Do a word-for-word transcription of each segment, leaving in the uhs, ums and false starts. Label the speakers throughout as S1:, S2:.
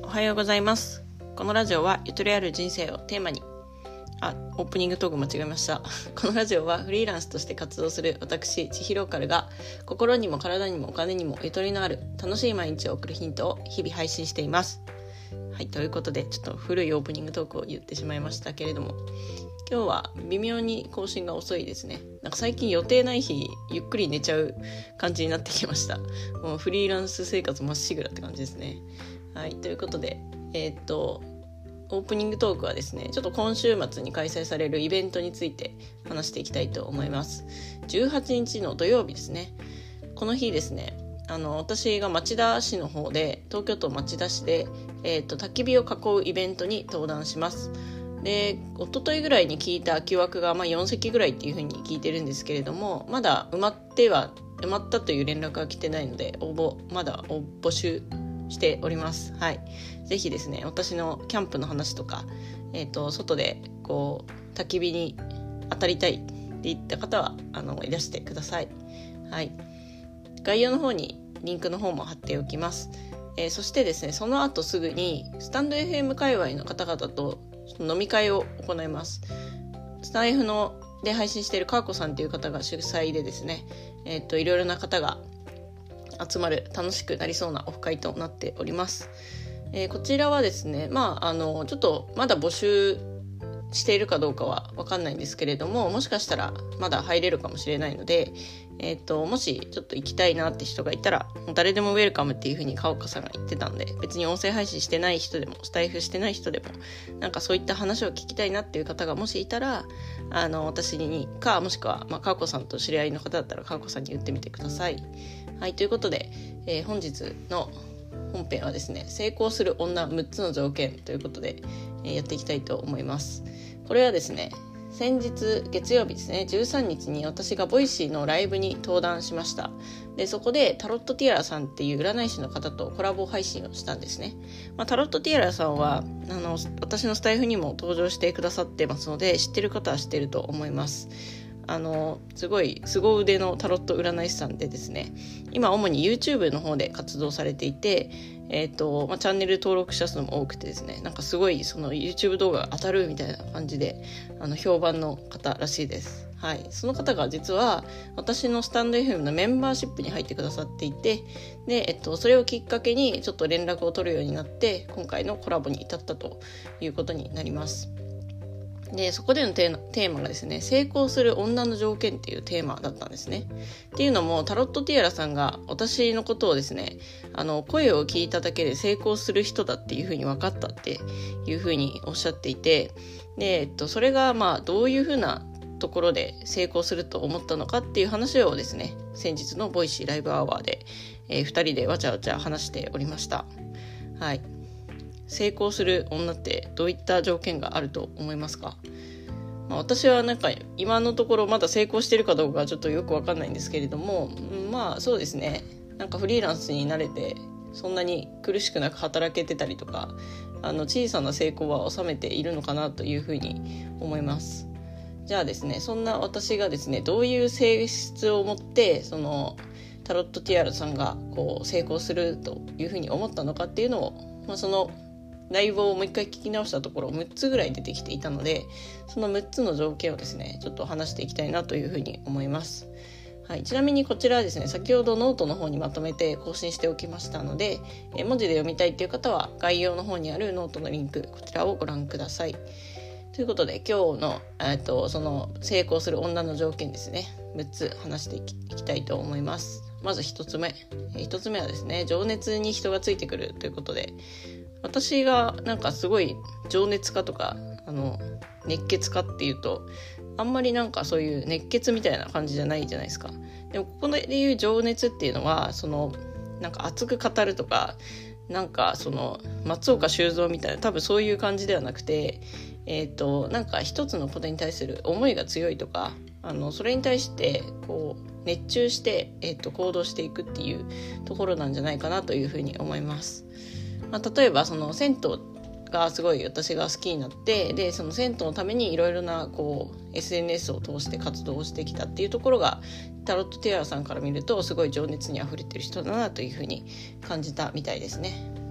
S1: おはようございます。このラジオはゆとりある人生をテーマにあ、オープニングトーク間違えましたこのラジオはフリーランスとして活動する私、ちひろかるが心にも体にもお金にもゆとりのある楽しい毎日を送るヒントを日々配信しています。はい、ということでちょっと古いオープニングトークを言ってしまいましたけれども、今日は微妙に更新が遅いですね。なんか最近予定ない日ゆっくり寝ちゃう感じになってきました。もうフリーランス生活まっしぐらって感じですね。はい、ということでえー、っとオープニングトークはですね、ちょっと今週末に開催されるイベントについて話していきたいと思います。じゅうはちにちの土曜日ですね。この日ですね、あの私が町田市の方で、東京都町田市で、えー、と焚き火を囲うイベントに登壇します。で、一昨日ぐらいに聞いた空き枠がまあよんせきぐらいっていう風に聞いてるんですけれども、まだ埋まっては埋まったという連絡が来てないので、応募まだ募集しております。はい、ぜひですね、私のキャンプの話とか、えー、と外でこう焚き火に当たりたいって言った方はあのいらしてください。はい、概要の方にリンクの方も貼っておきます。えー、そしてですね、その後すぐにスタンド エフエム 界隈の方々と飲み会を行います。スタイフので配信しているかーこさんという方が主催でですね、えー、といろいろな方が集まる楽しくなりそうなオフ会となっております。えー、こちらはですね、まああのちょっとまだ募集しているかどうかは分かんないんですけれども、もしかしたらまだ入れるかもしれないので、えー、ともしちょっと行きたいなって人がいたら、誰でもウェルカムっていう風に川岡さんが言ってたんで、別に音声配信してない人でもスタイフしてない人でも、なんかそういった話を聞きたいなっていう方がもしいたら、あの私にか、もしくは、まあ、川岡さんと知り合いの方だったら川岡さんに言ってみてください。はい、ということで、えー、本日の本編はですね、成功する女むっつの条件ということで、えー、やっていきたいと思います。これはですね、先日月曜日ですね、じゅうさんにちに私がボイシーのライブに登壇しました。で、そこでタロットティアラさんっていう占い師の方とコラボ配信をしたんですね。まあ、タロットティアラさんはあの私のスタイフにも登場してくださってますので、知ってる方は知ってると思います。あのすごい凄腕のタロット占い師さんでですね、今主に YouTube の方で活動されていて、えーとまあ、チャンネル登録者数も多くてですね、なんかすごいその YouTube 動画が当たるみたいな感じであの評判の方らしいです。はい、その方が実は私のスタンド エフエム のメンバーシップに入ってくださっていて、で、えっと、それをきっかけにちょっと連絡を取るようになって、今回のコラボに至ったということになります。で、そこでのテーマがですね、成功する女の条件っていうテーマだったんですね。っていうのも、タロットティアラさんが私のことをですね、あの声を聞いただけで成功する人だっていうふうに分かったっていうふうにおっしゃっていて、で、えっと、それがまあどういうふうなところで成功すると思ったのかっていう話をですね、先日のボイシーライブアワーで、えー、ふたりでわちゃわちゃ話しておりました。はい。成功する女ってどういった条件があると思いますか？まあ、私はなんか今のところまだ成功してるかどうかはちょっとよくわかんないんですけれども、まあそうですね、なんかフリーランスに慣れてそんなに苦しくなく働けてたりとか、あの小さな成功は収めているのかなというふうに思います。じゃあですね、そんな私がですね、どういう性質を持ってそのタロットティアラさんがこう成功するというふうに思ったのかっていうのを、まあ、そのライブをもう一回聞き直したところむっつぐらい出てきていたので、そのむっつの条件をですね、ちょっと話していきたいなというふうに思います。はい、ちなみにこちらはですね、先ほどノートの方にまとめて更新しておきましたので、え文字で読みたいという方は概要の方にあるノートのリンク、こちらをご覧ください。ということで、今日の、えっと、その成功する女の条件ですね、むっつ話していき、いきたいと思います。まずひとつめ、ひとつめはですね、情熱に人がついてくるということで、私がなんかすごい情熱家とかあの熱血家っていうと、あんまりなんかそういう熱血みたいな感じじゃないじゃないですか。でもここでいう情熱っていうのは、そのなんか熱く語るとか、なんかその松岡修造みたいな、多分そういう感じではなくて、えーと、なんか一つのことに対する思いが強いとか、あのそれに対してこう熱中して、えーと、行動していくっていうところなんじゃないかなというふうに思います。まあ、例えばその銭湯がすごい私が好きになって、でその銭湯のためにいろいろなこう エスエヌエス を通して活動をしてきたっていうところが、タロットティアラさんから見るとすごい情熱にあふれてる人だなというふうに感じたみたいですね。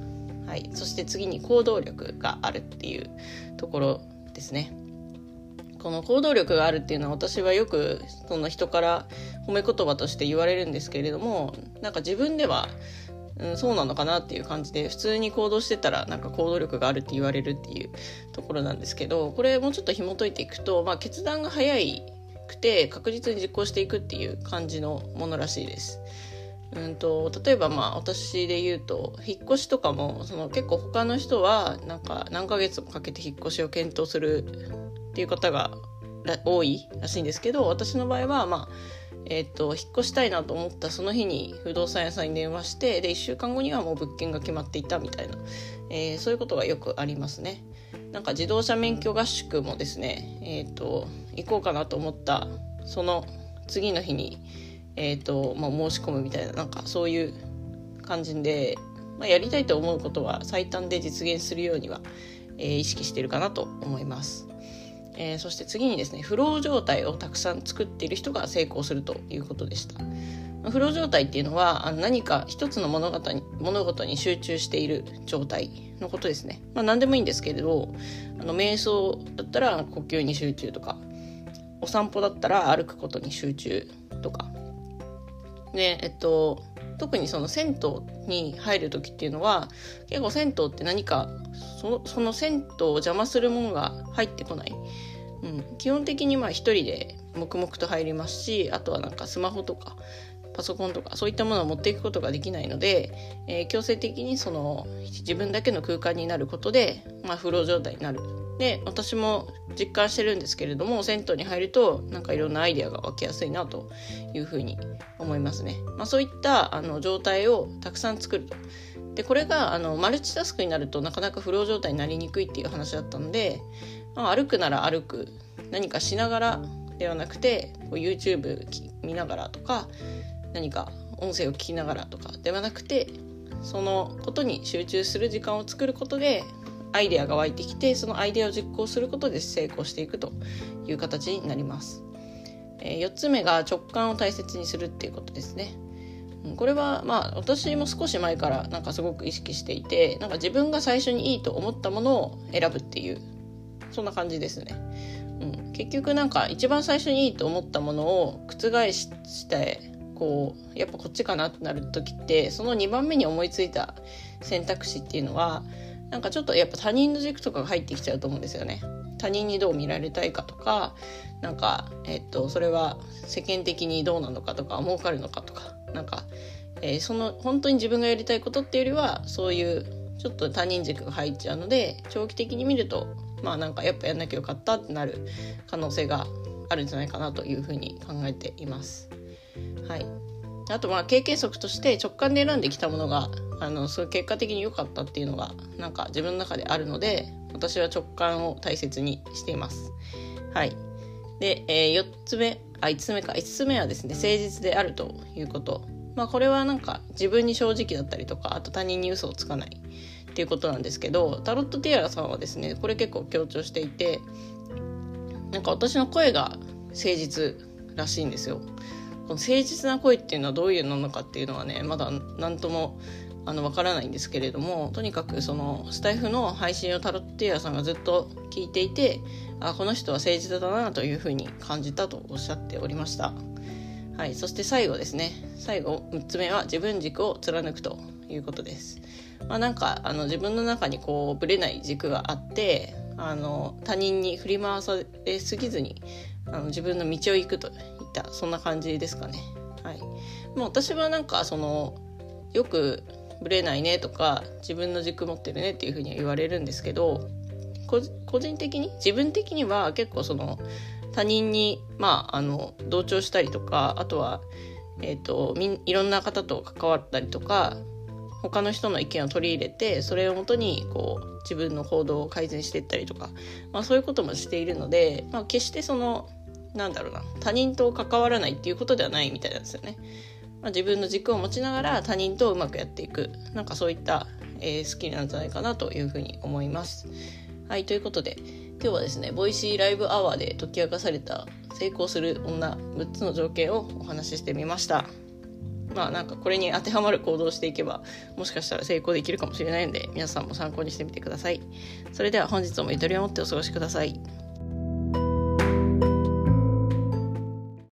S1: はい、そして次に行動力があるっていうところですね。この行動力があるっていうのは私はよくその人から褒め言葉として言われるんですけれども、なんか自分では、うん、そうなのかなっていう感じで普通に行動してたらなんか行動力があるって言われるっていうところなんですけど、これもうちょっと紐解いていくと、まあ、決断が早くて確実に実行していくっていう感じのものらしいです。うんと例えばまあ私で言うと引っ越しとかもその結構他の人はなんか何ヶ月もかけて引っ越しを検討するっていう方が多いらしいんですけど、私の場合はまあえー、と引っ越したいなと思ったその日に不動産屋さんに電話して、でいっしゅうかんごにはもう物件が決まっていたみたいな、えー、そういうことがよくありますね。なんか自動車免許合宿もですね、えー、と行こうかなと思ったその次の日にえーとまあ、申し込むみたいな、なんかそういう感じで、まあ、やりたいと思うことは最短で実現するようには、えー、意識しているかなと思います。えー、そして次にですね、フロー状態をたくさん作っている人が成功するということでした。フロー状態っていうのはあの何か一つの物事に物事に集中している状態のことですね。まあ、何でもいいんですけれど、あの瞑想だったら呼吸に集中とか、お散歩だったら歩くことに集中とかで、えっと、特にその銭湯に入る時っていうのは結構銭湯って何か そ, その銭湯を邪魔するものが入ってこない、うん、基本的にまあ一人で黙々と入りますし、あとはなんかスマホとかパソコンとかそういったものを持っていくことができないので、えー、強制的にその自分だけの空間になることで、まあ、フロー状態になる。で、私も実感してるんですけれども、銭湯に入るとなんかいろんなアイデアが湧きやすいなというふうに思いますね。まあ、そういったあの状態をたくさん作ると。で、これがあのマルチタスクになるとなかなかフロー状態になりにくいっていう話だったので、まあ、歩くなら歩く、何かしながらではなくて YouTube 見ながらとか、何か音声を聞きながらとかではなくて、そのことに集中する時間を作ることでアイデアが湧いてきて、そのアイデアを実行することで成功していくという形になります。えー、よっつめが直感を大切にするっていうことですね。これはまあ私も少し前からなんかすごく意識していて、なんか自分が最初にいいと思ったものを選ぶっていう、そんな感じですね。うん、結局なんか一番最初にいいと思ったものを覆してこうやっぱこっちかなってなる時って、そのにばんめに思いついた選択肢っていうのはなんかちょっとやっぱ他人の軸とかが入ってきちゃうと思うんですよね。他人にどう見られたいかとか、なんかえっとそれは世間的にどうなのかとか、儲かるのかとか、なんか、えー、その本当に自分がやりたいことっていうよりはそういうちょっと他人軸が入っちゃうので、長期的に見るとまあなんかやっぱやんなきゃよかったってなる可能性があるんじゃないかなというふうに考えています。はい、あとまあ経験則として直感で選んできたものがあのそう結果的に良かったっていうのがなんか自分の中であるので、私は直感を大切にしています。はい。で、えー、よっつめあいつつめかいつつめはですね、誠実であるということ。まあこれはなんか自分に正直だったりとか、あと他人に嘘をつかないっていうことなんですけど、タロットティアラさんはですねこれ結構強調していて、なんか私の声が誠実らしいんですよ。この誠実な声っていうのはどういうのなのかっていうのはね、まだ何ともあの分からないんですけれども、とにかくそのスタイフの配信をタロットティアラさんがずっと聞いていて、あ、この人は誠実だなというふうに感じたとおっしゃっておりました。はい、そして最後ですね、最後むっつめは自分軸を貫くということです。まあ、なんかあの自分の中にこうぶれない軸があって、あの他人に振り回されすぎずにあの自分の道を行くといったそんな感じですかね。はい、もう私はなんかそのよくぶれないねとか自分の軸持ってるねっていうふうに言われるんですけど、個人的に自分的には結構その他人に、まあ、あの同調したりとか、あとは、えーと、みいろんな方と関わったりとか、他の人の意見を取り入れてそれをもとにこう自分の行動を改善していったりとか、まあ、そういうこともしているので、まあ、決してそのなんだろうな他人と関わらないっていうことではないみたいなんですよね。まあ、自分の軸を持ちながら他人とうまくやっていく、なんかそういった、えー、スキルなんじゃないかなというふうに思います。はい、ということで今日はですね、ボイシーライブアワーで解き明かされた成功する女むっつの条件をお話ししてみました。 まあなんかこれに当てはまる行動をしていけばもしかしたら成功できるかもしれないので、皆さんも参考にしてみてください。それでは本日もゆとりを持ってお過ごしください。